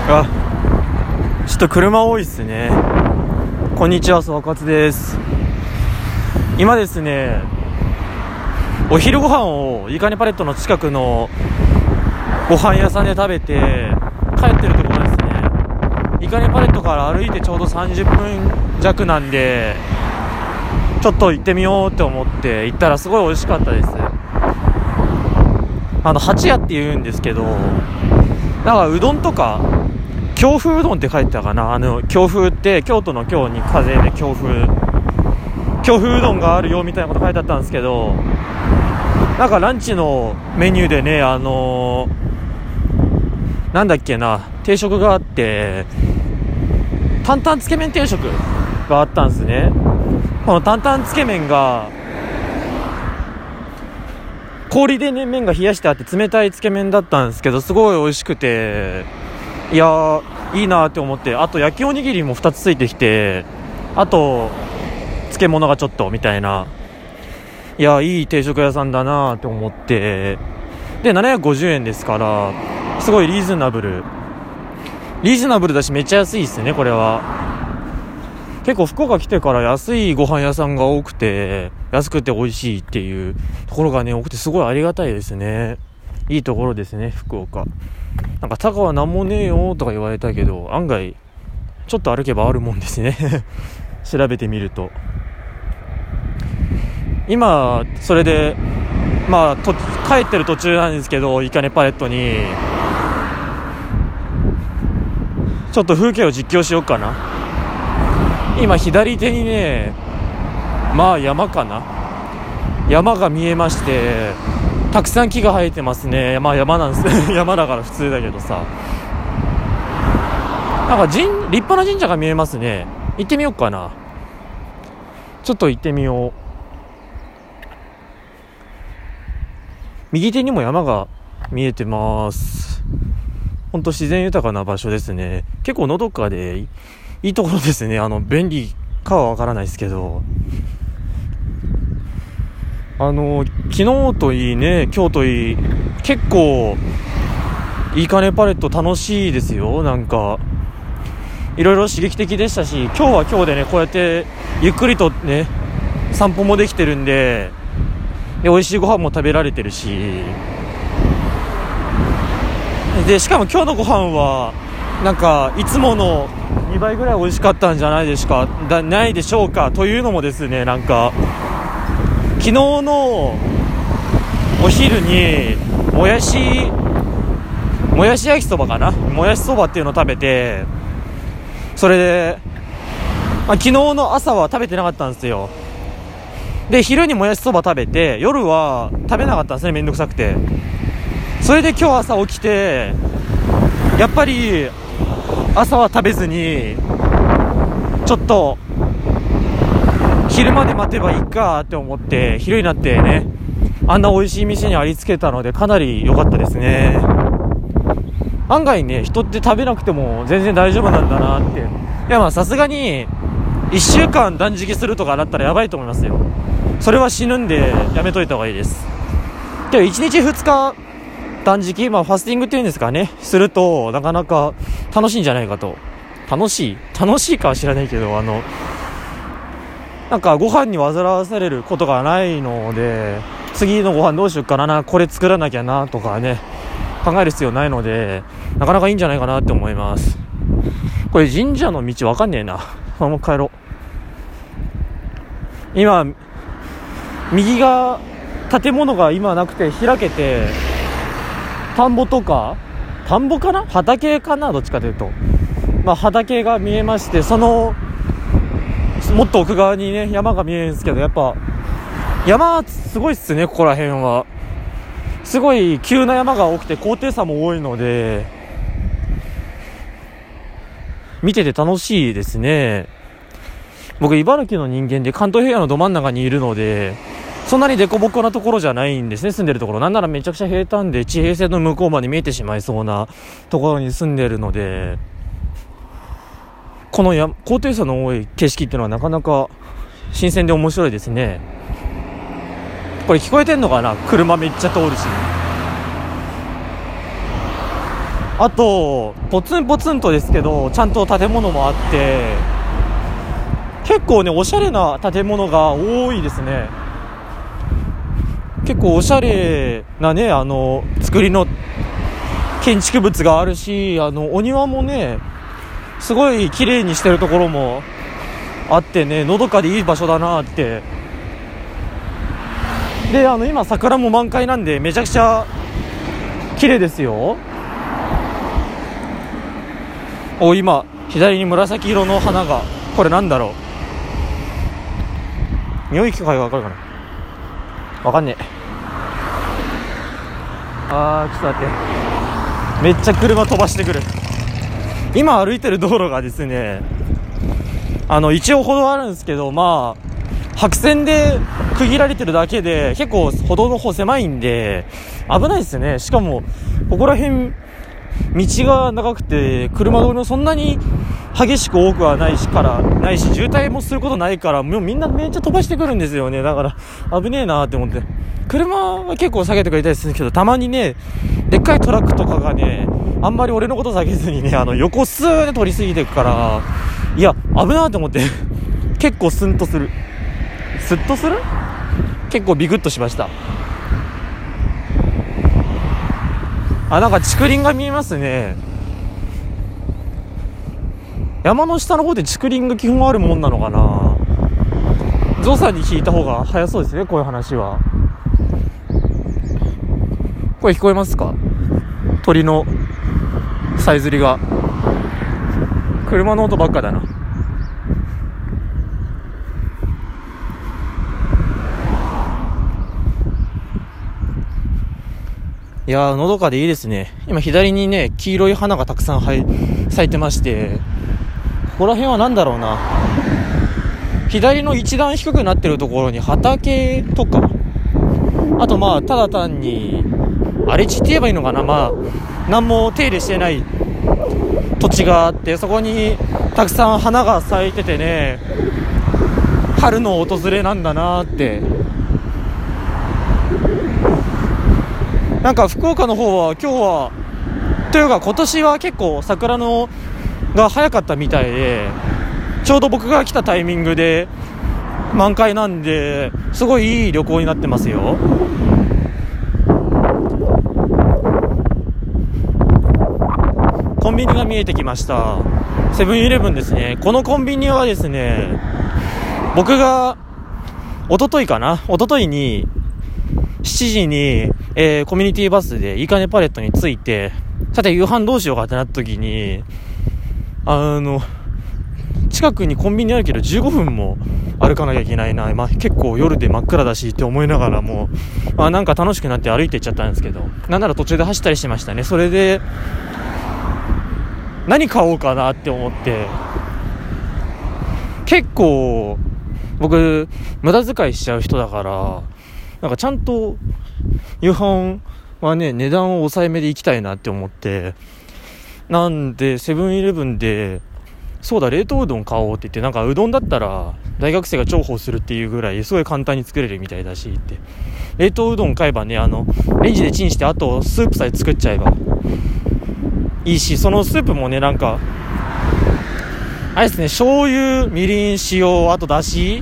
あ、ちょっと車多いっすね。こんにちは、総括です。今ですね、お昼ご飯をイカネパレットの近くのご飯屋さんで食べて帰ってるところですね。イカネパレットから歩いてちょうど30分弱なんで、ちょっと行ってみようって思って行ったらすごい美味しかったです。八屋って言うんですけど、なんかうどんとか京風うどんって書いてたかな。京風って京都の京に風で京風うどんがあるよみたいなこと書いてあったんですけど、なんかランチのメニューでね、なんだっけな、定食があって、担々つけ麺定食があったんですね。この担々つけ麺が氷でね、麺が冷やしてあって冷たいつけ麺だったんですけど、すごい美味しくて、いやーいいなって思って、あと焼きおにぎりも2つついてきて、あと漬物がちょっとみたいな、いやいい定食屋さんだなって思って、で750円ですから、すごいリーズナブルだし、めっちゃ安いですね。これは結構福岡来てから安いご飯屋さんが多くて、安くて美味しいっていうところがね多くて、すごいありがたいですね。いいところですね、福岡。なんか高はなんもねえよとか言われたけど、案外ちょっと歩けばあるもんですね調べてみると。今それで帰ってる途中なんですけど、イカネパレットにちょっと風景を実況しようかな。今左手にね、山が見えまして、たくさん木が生えてますね。山なんです山だから普通だけどさ、なんか立派な神社が見えますね。行ってみようかな。ちょっと行ってみよう。右手にも山が見えてます。ほんと自然豊かな場所ですね。結構のどかでいいところですね。便利かはわからないですけど、昨日といいね、今日といい、結構いいかねパレット楽しいですよ。なんかいろいろ刺激的でしたし、今日は今日でね、こうやってゆっくりとね散歩もできてるんで、美味しいご飯も食べられてるし、でしかも今日のご飯はなんかいつもの2倍ぐらい美味しかったんじゃないでしょうか。というのもですね、なんか昨日のお昼にもやし焼きそばかな、もやしそばっていうのを食べて、それで、昨日の朝は食べてなかったんですよ。で昼にもやしそば食べて、夜は食べなかったんですね、めんどくさくて。それで今日朝起きて、やっぱり朝は食べずにちょっと昼まで待てばいいかって思って、昼になってね、あんな美味しい店にありつけたので、かなり良かったですね。案外ね、人って食べなくても全然大丈夫なんだなって。いやさすがに1週間断食するとかだったらやばいと思いますよ。それは死ぬんでやめといた方がいいです。でも1日2日断食、ファスティングっていうんですかね、するとなかなか楽しいんじゃないかと。楽しいかは知らないけど、なんかご飯に煩わされることがないので、次のご飯どうしようかな、これ作らなきゃなとかね、考える必要ないので、なかなかいいんじゃないかなって思います。これ神社の道わかんねえな。もう帰ろう。今右が建物が今なくて開けて、田んぼかな、畑かな、どっちかというと畑が見えまして、そのもっと奥側にね山が見えるんですけど、やっぱ山すごいっすね。ここら辺はすごい急な山が多くて高低差も多いので、見てて楽しいですね。僕茨城の人間で関東平野のど真ん中にいるので、そんなにデコボコなところじゃないんですね、住んでるところ。なんならめちゃくちゃ平坦で地平線の向こうまで見えてしまいそうなところに住んでるので、この高低差の多い景色っていうのはなかなか新鮮で面白いですね。これ聞こえてんのかな、車めっちゃ通るし。 あとポツンポツンとですけどちゃんと建物もあって、結構ねおしゃれな建物が多いですね。結構おしゃれなね作りの建築物があるし、お庭もねすごい綺麗にしてるところもあってね、のどかでいい場所だなって。で今桜も満開なんでめちゃくちゃ綺麗ですよ。今左に紫色の花が、これなんだろう、匂い機械が分かるかな、分かんねえ。ちょっと待って、めっちゃ車飛ばしてくる。今歩いてる道路がですね、一応歩道あるんですけど、まあ白線で区切られてるだけで結構歩道の方狭いんで危ないですね。しかもここら辺道が長くて車通りもそんなに激しく多くはないし渋滞もすることないから、もうみんなめっちゃ飛ばしてくるんですよね。だから危ねえなって思って、車は結構避けてくれたりするけど、たまにねでっかいトラックとかがねあんまり俺のこと避けずにね横スーで通り過ぎていくから、いや危なって思って結構スッとする結構ビクッとしました。なんか竹林が見えますね。山の下の方で竹林が基本あるもんなのかな。ゾウさんに聞いた方が早そうですね、こういう話は。これ聞こえますか、鳥のさえずりが。車の音ばっかだな。いやーのどかでいいですね。今左にね黄色い花がたくさん咲いてまして、ここら辺はなんだろうな、左の一段低くなってるところに畑とか、あとまあただ単に荒れ地って言えばいいのかな、まあ何も手入れしてない土地があって、そこにたくさん花が咲いててね、春の訪れなんだなって。なんか福岡の方は今日はというか今年は結構桜のが早かったみたいで、ちょうど僕が来たタイミングで満開なんで、すごいいい旅行になってますよ。コンビニが見えてきました。セブンイレブンですね。このコンビニはですね、僕が一昨日に7時に、コミュニティバスでいいかねパレットに着いて、さて夕飯どうしようかってなった時に、近くにコンビニあるけど15分も歩かなきゃいけないな、結構夜で真っ暗だしって思いながらも、なんか楽しくなって歩いていっちゃったんですけど、なんなら途中で走ったりしてましたね。それで何買おうかなって思って、結構僕無駄遣いしちゃう人だから、なんかちゃんと夕飯はね値段を抑えめでいきたいなって思って、なんでセブンイレブンでそうだ冷凍うどん買おうって言って、なんかうどんだったら大学生が重宝するっていうぐらいすごい簡単に作れるみたいだしって、冷凍うどん買えばねレンジでチンして、あとスープさえ作っちゃえばいいし、そのスープもねなんかあれですね、醤油、みりん、塩、あとだし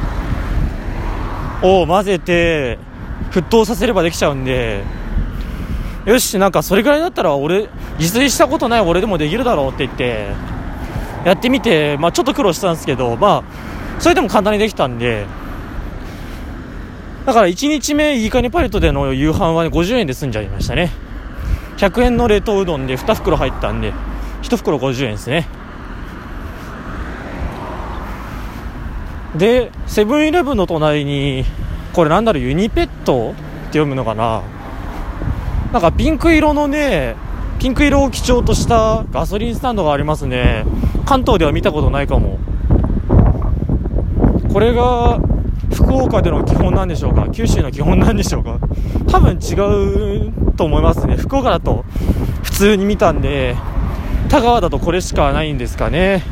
を混ぜて沸騰させればできちゃうんで、よし、なんかそれぐらいだったら俺自炊したことない俺でもできるだろうって言ってやってみて、ちょっと苦労したんですけど、それでも簡単にできたんで、だから1日目いいかねパレットでの夕飯は、ね、50円で済んじゃいましたね。100円の冷凍うどんで2袋入ったんで1袋50円ですね。でセブンイレブンの隣にこれなんだろう、ユニペットって読むのかな、なんかピンク色を基調としたガソリンスタンドがありますね。関東では見たことないかも。これが福岡での基本なんでしょうか、九州の基本なんでしょうか。多分違うと思いますね。福岡だと普通に見たんで、田川だとこれしかないんですかね。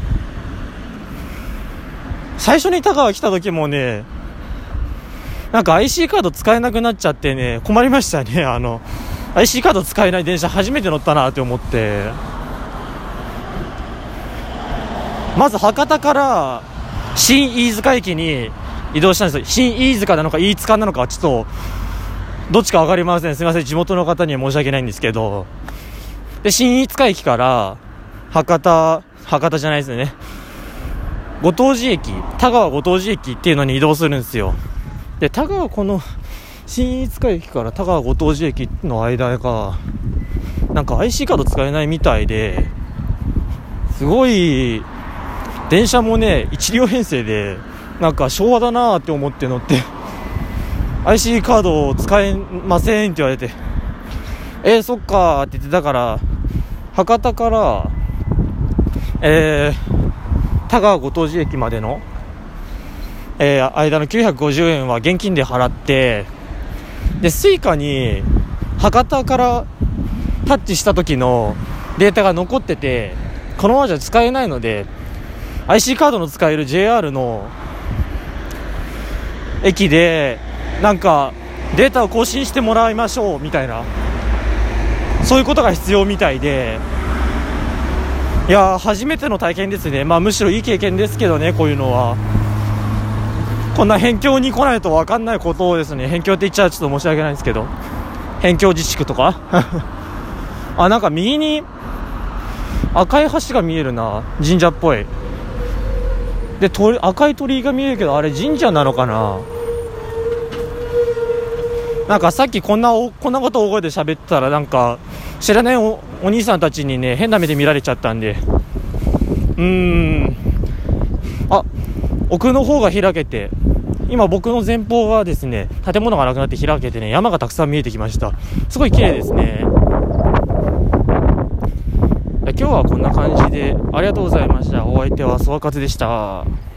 最初に田川来た時もね、なんか IC カード使えなくなっちゃってね困りましたね。 IC カード使えない電車初めて乗ったなって思って、まず博多から新飯塚駅に移動したんですよ。新飯塚なのか飯塚なのかちょっとどっちか分かりません。すみません、地元の方には申し訳ないんですけど、で新飯塚駅から博多じゃないですね、ご当地駅、田川ご当地駅っていうのに移動するんですよ。でこの新飯塚駅から田川ご当地駅の間がなんか IC カード使えないみたいで、すごい電車もね1両編成でなんか昭和だなって思って乗って、 IC カードを使えませんって言われて、そっかって言ってたから、博多から田川ご当地駅までの、間の950円は現金で払って、でスイカに博多からタッチした時のデータが残ってて、このままじゃ使えないので IC カードの使える JR の駅でなんかデータを更新してもらいましょうみたいな、そういうことが必要みたいで、いや初めての体験ですね。むしろいい経験ですけどね、こういうのは。こんな辺境に来ないと分かんないことをですね、辺境って言っちゃうちょっと申し訳ないんですけど、辺境自治区とかなんか右に赤い橋が見えるな、神社っぽい。で赤い鳥居が見えるけど、あれ神社なのかな。なんかさっきこんなこと大声で喋ってたら、なんか知らない お兄さんたちにね変な目で見られちゃったんで、奥の方が開けて、今僕の前方はですね建物がなくなって開けてね、山がたくさん見えてきました。すごい綺麗ですね。今日はこんな感じでありがとうございました。お相手はソワカツでした。